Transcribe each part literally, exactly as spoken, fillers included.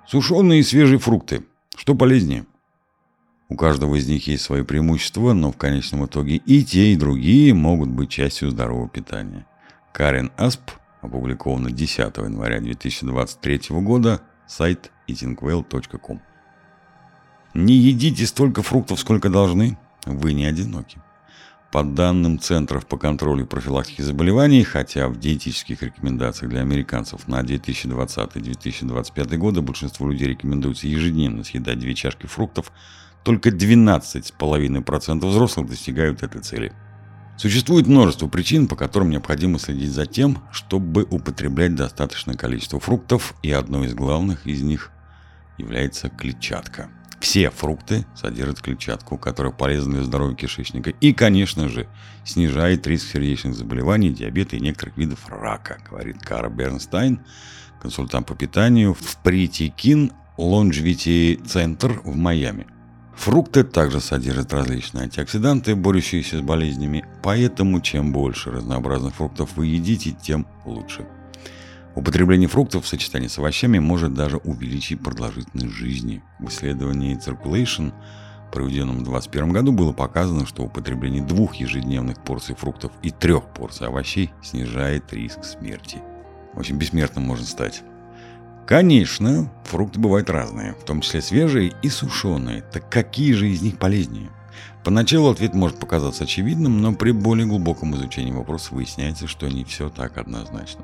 Сушеные и свежие фрукты. Что полезнее? У каждого из них есть свои преимущества, но в конечном итоге и те, и другие могут быть частью здорового питания. Карен Асп, опубликовано десятого января две тысячи двадцать третьего года, сайт итинг вэлл точка ком. Не едите столько фруктов, сколько должны, вы не одиноки. По данным Центров по контролю и профилактике заболеваний, хотя в диетических рекомендациях для американцев на две тысячи двадцатый — две тысячи двадцать пятый годы большинству людей рекомендуется ежедневно съедать две чашки фруктов, только двенадцать целых пять десятых процента взрослых достигают этой цели. Существует множество причин, по которым необходимо следить за тем, чтобы употреблять достаточное количество фруктов, и одной из главных из них является клетчатка. Все фрукты содержат клетчатку, которая полезна для здоровья кишечника и, конечно же, снижает риск сердечных заболеваний, диабета и некоторых видов рака, говорит Кара Бернстайн, консультант по питанию в Притикин Longevity Center в Майами. Фрукты также содержат различные антиоксиданты, борющиеся с болезнями, поэтому чем больше разнообразных фруктов вы едите, тем лучше. Употребление фруктов в сочетании с овощами может даже увеличить продолжительность жизни. В исследовании Circulation, проведенном в две тысячи двадцать первом году, было показано, что употребление двух ежедневных порций фруктов и трех порций овощей снижает риск смерти. В общем, бессмертным можно стать. Конечно, фрукты бывают разные, в том числе свежие и сушеные. Так какие же из них полезнее? Поначалу ответ может показаться очевидным, но при более глубоком изучении вопроса выясняется, что не все так однозначно.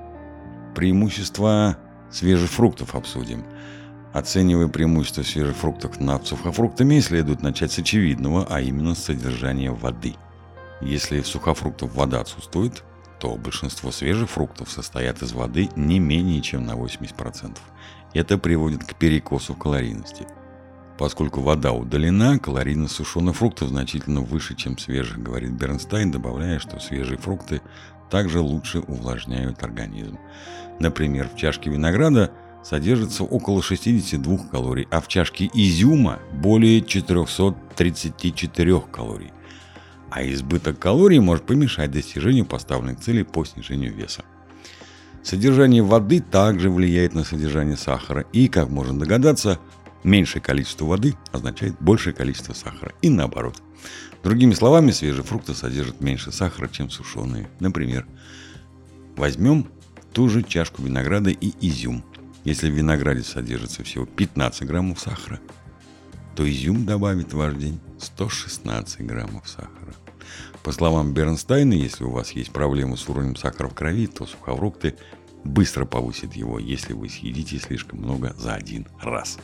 Преимущества свежих фруктов обсудим. Оценивая преимущества свежих фруктов над сухофруктами, следует начать с очевидного, а именно с содержания воды. Если в сухофруктах вода отсутствует, то большинство свежих фруктов состоят из воды не менее чем на восемьдесят процентов. Это приводит к перекосу в калорийности. Поскольку вода удалена, калорийность сушеных фруктов значительно выше, чем свежих, говорит Бернстайн, добавляя, что свежие фрукты также лучше увлажняют организм. Например, в чашке винограда содержится около шестьдесят два калорий, а в чашке изюма более четыреста тридцать четыре калорий. А избыток калорий может помешать достижению поставленных целей по снижению веса. Содержание воды также влияет на содержание сахара, и, как можно догадаться, меньшее количество воды означает большее количество сахара, и наоборот. Другими словами, свежие фрукты содержат меньше сахара, чем сушеные. Например, возьмем ту же чашку винограда и изюм. Если в винограде содержится всего пятнадцать граммов сахара, то изюм добавит в ваш день сто шестнадцать граммов сахара. По словам Бернстайна, если у вас есть проблемы с уровнем сахара в крови, то сухофрукты быстро повысят его, если вы съедите слишком много за один раз.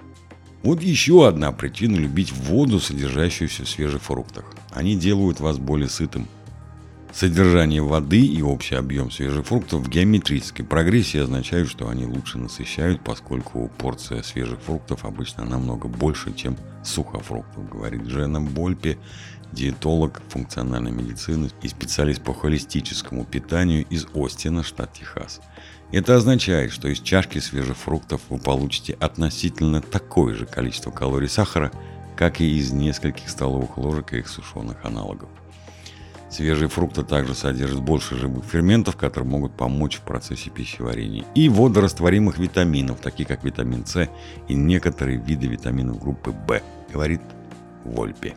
Вот еще одна причина любить воду, содержащуюся в свежих фруктах. Они делают вас более сытым. Содержание воды и общий объем свежих фруктов в геометрической прогрессии означают, что они лучше насыщают, поскольку порция свежих фруктов обычно намного больше, чем сухофруктов, говорит Дженна Больпе, диетолог функциональной медицины и специалист по холистическому питанию из Остина, штат Техас. Это означает, что из чашки свежих фруктов вы получите относительно такое же количество калорий сахара, как и из нескольких столовых ложек их сушеных аналогов. Свежие фрукты также содержат больше живых ферментов, которые могут помочь в процессе пищеварения, и водорастворимых витаминов, таких как витамин С и некоторые виды витаминов группы В, говорит Вольпе.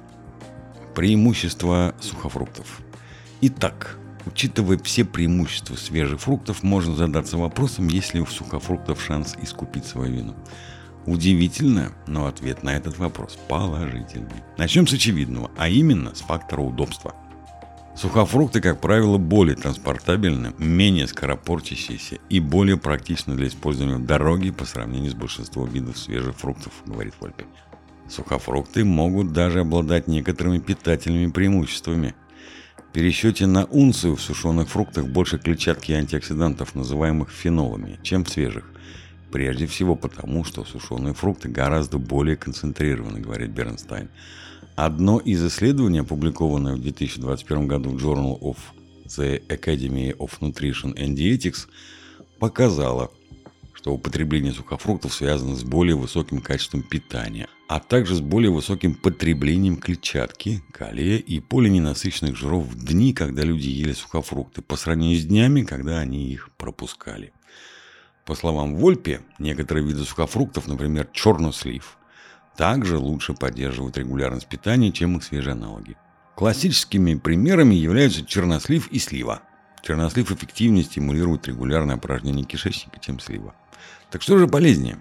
Преимущества сухофруктов. Итак, учитывая все преимущества свежих фруктов, можно задаться вопросом, есть ли у сухофруктов шанс искупить свою вину. Удивительно, но ответ на этот вопрос положительный. Начнем с очевидного, а именно с фактора удобства. Сухофрукты, как правило, более транспортабельны, менее скоропортящиеся и более практичны для использования в дороге по сравнению с большинством видов свежих фруктов, говорит Вольпе. Сухофрукты могут даже обладать некоторыми питательными преимуществами. В пересчете на унцию в сушеных фруктах больше клетчатки и антиоксидантов, называемых фенолами, чем в свежих. Прежде всего потому, что сушеные фрукты гораздо более концентрированы, говорит Бернстайн. Одно из исследований, опубликованное в две тысячи двадцать первом году в Journal of the Academy of Nutrition and Dietetics, показало, что употребление сухофруктов связано с более высоким качеством питания, а также с более высоким потреблением клетчатки, калия и полиненасыщенных жиров в дни, когда люди ели сухофрукты, по сравнению с днями, когда они их пропускали. По словам Вольпе, некоторые виды сухофруктов, например, чернослив, также лучше поддерживают регулярность питания, чем их свежие аналоги. Классическими примерами являются чернослив и слива. Чернослив эффективнее стимулирует регулярное опорожнение кишечника, чем слива. Так что же полезнее?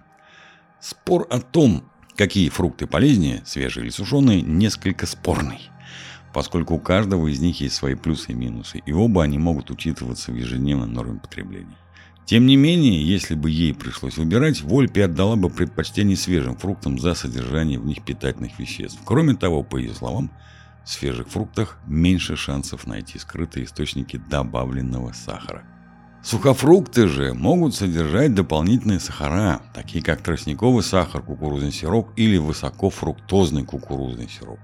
Спор о том, какие фрукты полезнее, свежие или сушеные, несколько спорный, поскольку у каждого из них есть свои плюсы и минусы, и оба они могут учитываться в ежедневной норме потребления. Тем не менее, если бы ей пришлось выбирать, Вольпе отдала бы предпочтение свежим фруктам за содержание в них питательных веществ. Кроме того, по ее словам, в свежих фруктах меньше шансов найти скрытые источники добавленного сахара. Сухофрукты же могут содержать дополнительные сахара, такие как тростниковый сахар, кукурузный сироп или высокофруктозный кукурузный сироп.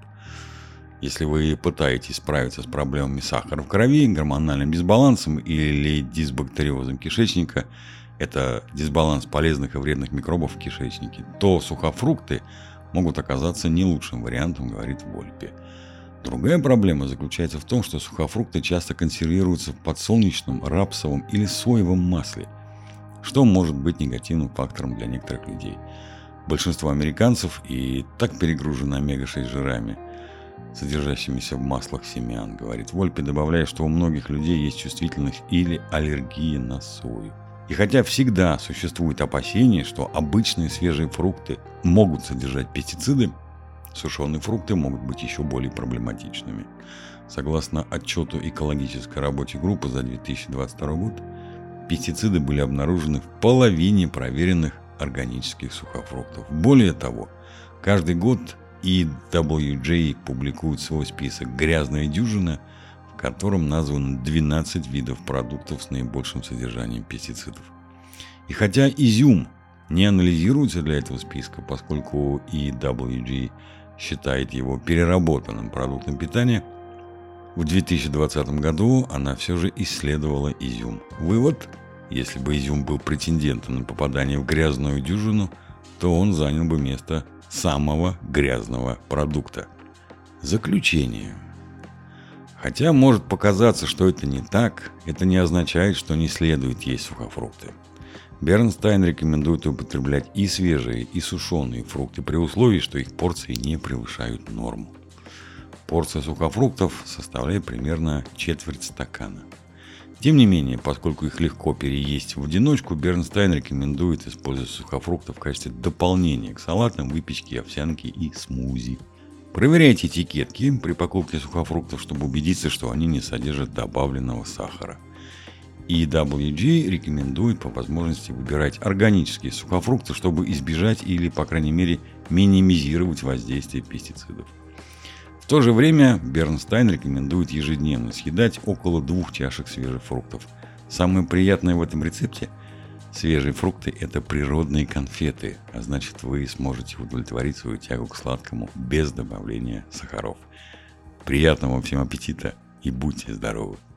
Если вы пытаетесь справиться с проблемами сахара в крови, гормональным дисбалансом или дисбактериозом кишечника, это дисбаланс полезных и вредных микробов в кишечнике, то сухофрукты могут оказаться не лучшим вариантом, говорит Вольпе. Другая проблема заключается в том, что сухофрукты часто консервируются в подсолнечном, рапсовом или соевом масле, что может быть негативным фактором для некоторых людей. Большинство американцев и так перегружены омега шесть жирами, содержащимися в маслах семян, говорит Вольпе, добавляя, что у многих людей есть чувствительность или аллергия на сою. И хотя всегда существует опасение, что обычные свежие фрукты могут содержать пестициды, сушеные фрукты могут быть еще более проблематичными. Согласно отчету экологической рабочей группы за две тысячи двадцать второй год, пестициды были обнаружены в половине проверенных органических сухофруктов. Более того, каждый год и дабл ю джей публикует свой список «Грязная дюжина», в котором названо двенадцать видов продуктов с наибольшим содержанием пестицидов. И хотя изюм не анализируется для этого списка, поскольку и дабл ю джей считает его переработанным продуктом питания, в две тысячи двадцатом году она все же исследовала изюм. Вывод: если бы изюм был претендентом на попадание в грязную дюжину, то он занял бы место самого грязного продукта. Заключение. Хотя может показаться, что это не так, это не означает, что не следует есть сухофрукты. Бернстайн рекомендует употреблять и свежие, и сушеные фрукты при условии, что их порции не превышают норму. Порция сухофруктов составляет примерно четверть стакана. Тем не менее, поскольку их легко переесть в одиночку, Бернстайн рекомендует использовать сухофрукты в качестве дополнения к салатам, выпечке, овсянке и смузи. Проверяйте этикетки при покупке сухофруктов, чтобы убедиться, что они не содержат добавленного сахара. И дабл ю джей рекомендует по возможности выбирать органические сухофрукты, чтобы избежать или, по крайней мере, минимизировать воздействие пестицидов. В то же время Бернстайн рекомендует ежедневно съедать около двух чашек свежих фруктов. Самое приятное в этом рецепте – свежие фрукты – это природные конфеты, а значит, вы сможете удовлетворить свою тягу к сладкому без добавления сахаров. Приятного всем аппетита и будьте здоровы!